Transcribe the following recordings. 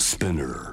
Spinner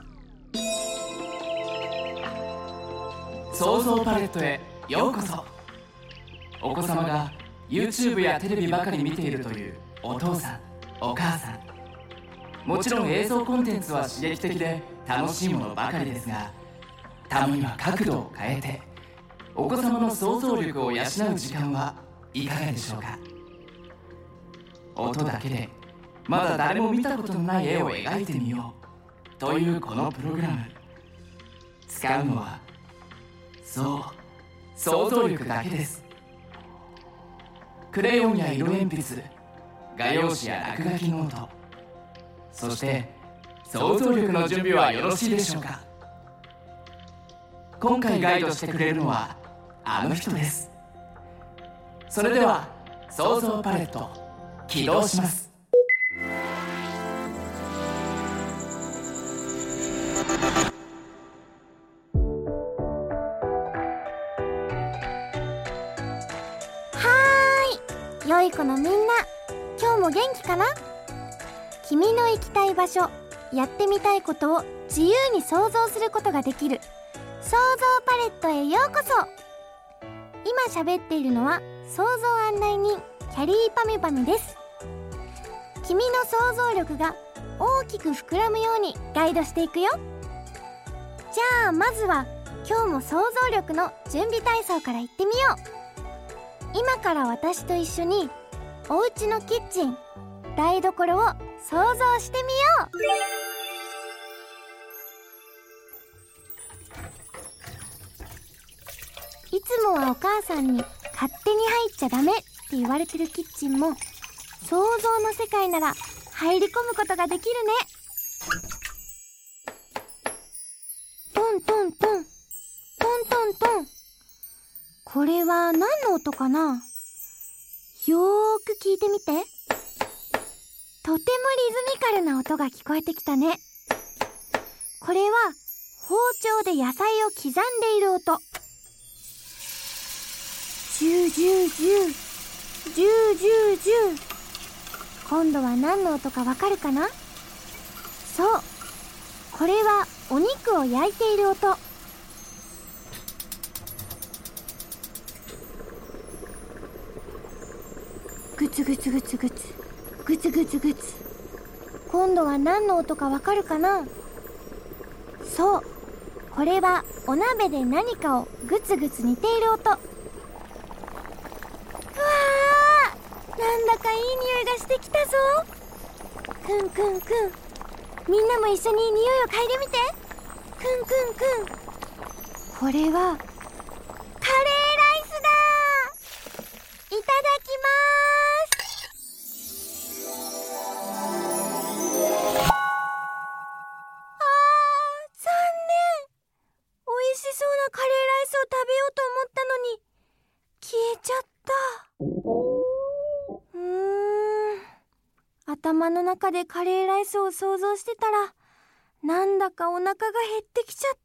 創造パレットへようこそ。お子様が YouTube やテレビばかり見ているというお父さんお母さん、もちろん映像コンテンツは刺激的で楽しいものばかりですが、たまには角度を変えてお子様の想像力を養う時間はいかがでしょうか。音だけでまだ誰も見たことのない絵を描いてみようというこのプログラム。使うのはそう、想像力だけです。クレヨンや色鉛筆、画用紙や落書きノート、そして想像力の準備はよろしいでしょうか。今回ガイドしてくれるのはあの人です。それでは創造パレット起動します。 良い子のみんな、今日も元気かな？君の行きたい場所、やってみたいことを自由に想像することができる創造パレットへようこそ。今喋っているのは創造案内人キャリーパミュパミュです。君の想像力が大きく膨らむようにガイドしていくよ。じゃあまずは今日も想像力の準備体操からいってみよう。今から私と一緒にお家のキッチン、台所を想像してみよう。いつもはお母さんに勝手に入っちゃダメって言われてるキッチンも想像の世界なら入り込むことができるね。トントントントントントン。これは何の音かな？よーく聞いてみて。とてもリズミカルな音が聞こえてきたね。これは包丁で野菜を刻んでいる音。ジュージュージュージュージュージュー。今度は何の音かわかるかな？そう、これはお肉を焼いている音。グツグツグツグツグツグツグツ。今度は何の音かわかるかな？そう、これはお鍋で何かをグツグツ煮ている音。うわー、なんだかいい匂いがしてきたぞ。くんくんくん、みんなも一緒に匂いを嗅いでみて。くんくんくん、これはカレーライスだ。いただきます。残念。美味しそうなカレーライスを食べようと思ったのに消えちゃった。頭の中でカレーライスを想像してたらなんだかお腹が減ってきちゃった。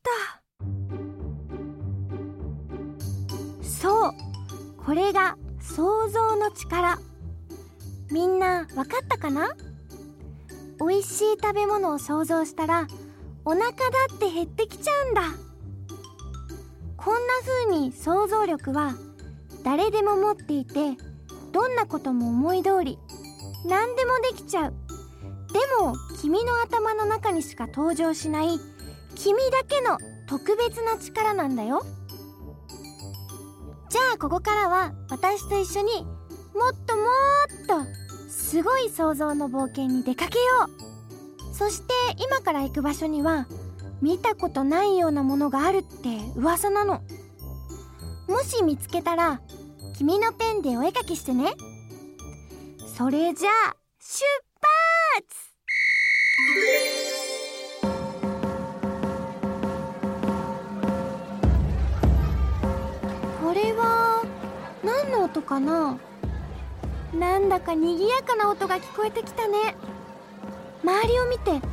そう、これが想像の力。みんなわかったかな？美味しい食べ物を想像したらお腹だって減ってきちゃうんだ。こんな風に想像力は誰でも持っていて、どんなことも思い通り何でもできちゃう。でも君の頭の中にしか登場しない君だけの特別な力なんだよ。じゃあここからは私と一緒にもっともっとすごい想像の冒険に出かけよう。そして今から行く場所には見たことないようなものがあるって噂なの。もし見つけたら君のペンでお絵かきしてね。それじゃあ出発！これは何の音かな？なんだか賑やかな音が聞こえてきたね。周りを見て。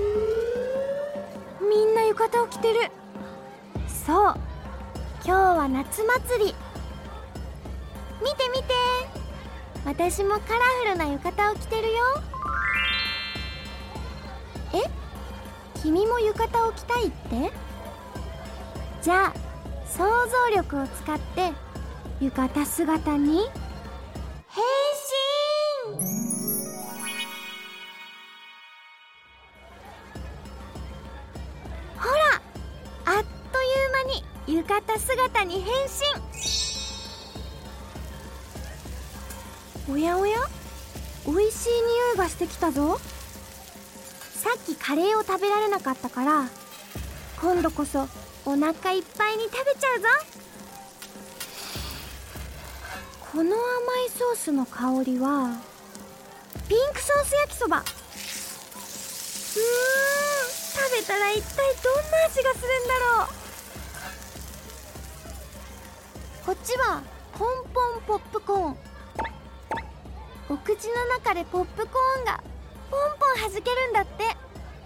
みんな浴衣を着てる。そう、今日は夏祭り。見て見て、私もカラフルな浴衣を着てるよ。え、 君も浴衣を着たいって？じゃあ想像力を使って浴衣姿に変身。ほら、あっという間に浴衣姿に変身。おやおや、おいしい匂いがしてきたぞ。さっきカレーを食べられなかったから、今度こそお腹いっぱいに食べちゃうぞ。この甘いソースの香りはピンクソース焼きそば。食べたら一体どんな味がするんだろう。こっちはポンポンポップコーン。お口の中でポップコーンがポンポン弾けるんだって。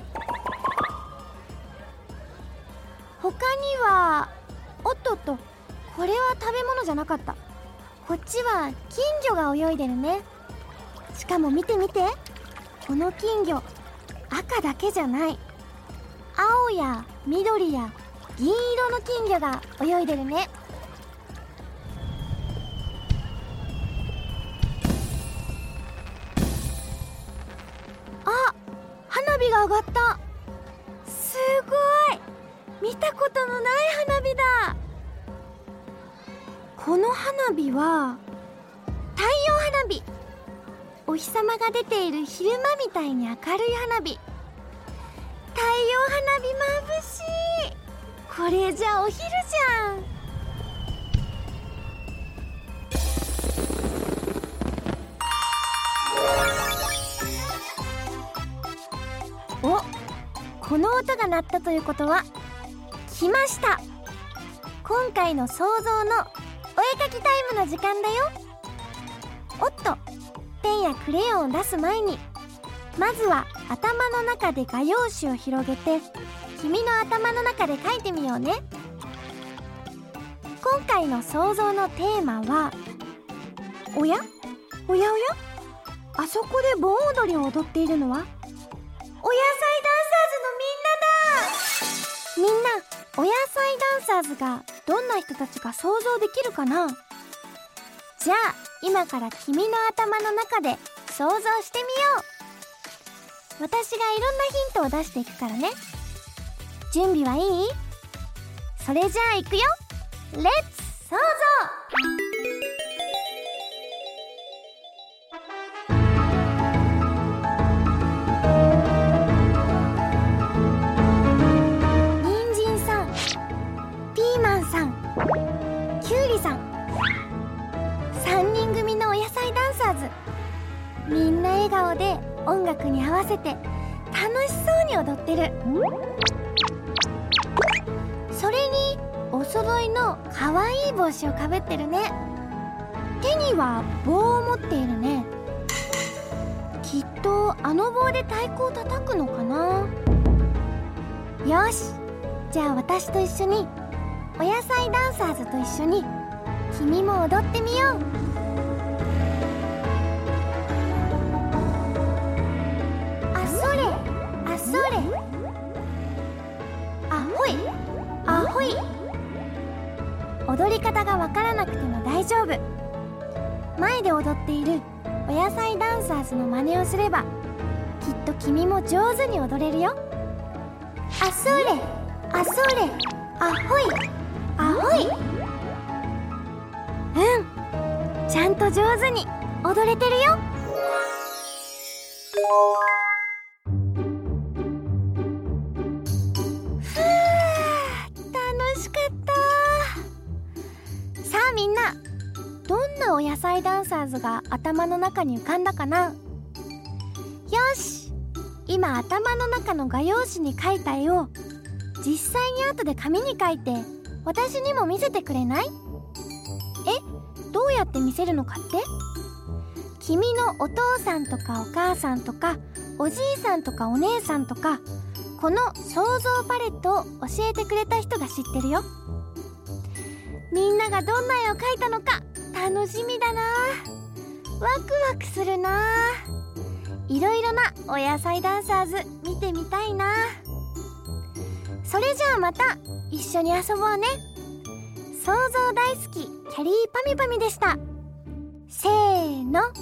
他には、おっとっと、これは食べ物じゃなかった。こっちは金魚が泳いでるね。しかも見て見て、この金魚赤だけじゃない。青や緑や銀色の金魚が泳いでるね。あ、花火が上がった。すごい、見たことのない花火だ。この花火は太陽花火。お日様が出ている昼間みたいに明るい花火。太陽花火まぶしい。これじゃお昼じゃん。お、この音が鳴ったということは来ました。今回の想像のお絵かきタイムの時間だよ。おっと、ペンやクレヨンを出す前に、まずは頭の中で画用紙を広げて、君の頭の中で描いてみようね。今回の想像のテーマは、おやおやおや、あそこで盆踊りを踊っているのはお野菜ダンサーズのみんなだ。みんな、お野菜ダンサーズがどんな人たちか想像できるかな？じゃあ今から君の頭の中で想像してみよう。私がいろんなヒントを出していくからね。準備はいい？それじゃあいくよ。レッツ想像。みんな笑顔で音楽に合わせて楽しそうに踊ってる。それにお揃いのかわいい帽子をかぶってるね。手には棒を持っているね。きっとあの棒で太鼓を叩くのかな。よし、じゃあ私と一緒にお野菜ダンサーズと一緒に君も踊ってみよう。それ、あほいあほい。踊り方がわからなくても大丈夫。前で踊っているお野菜ダンサーズの真似をすればきっと君も上手に踊れるよ。あそれあそれあほいあほい。ちゃんと上手に踊れてるよ。みんな、どんなお野菜ダンサーズが頭の中に浮かんだかな？よし、今頭の中の画用紙に描いた絵を実際に後で紙に描いて私にも見せてくれない？どうやって見せるのかって？君のお父さんとかお母さんとかおじいさんとかお姉さんとか、この想像パレットを教えてくれた人が知ってるよ。みんながどんな絵を描いたのか楽しみだな。ワクワクするな。いろいろなお野菜ダンサーズ見てみたいな。 それじゃあまた一緒に遊ぼうね。想像大好きキャリーパミュパミュでした。せーの、想像パレッ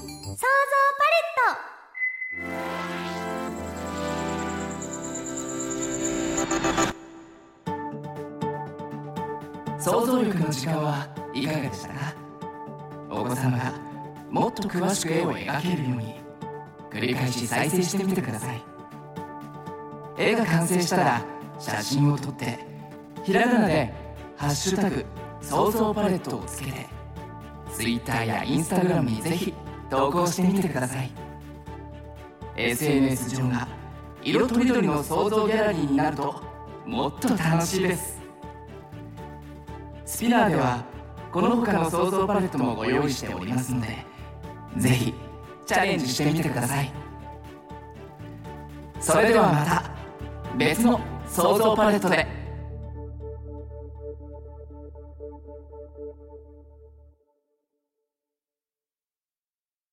ト。想像力の時間はいかがでしたか？お子様がもっと詳しく絵を描けるように繰り返し再生してみてください。絵が完成したら写真を撮ってひらがなでハッシュタグ想像パレットをつけて Twitter や Instagram にぜひ投稿してみてください。 SNS 上が色とりどりの想像ギャラリーになるともっと楽しいです。スピナーではこの他の想像パレットもご用意しておりますので、ぜひチャレンジしてみてください。それではまた別の想像パレットで。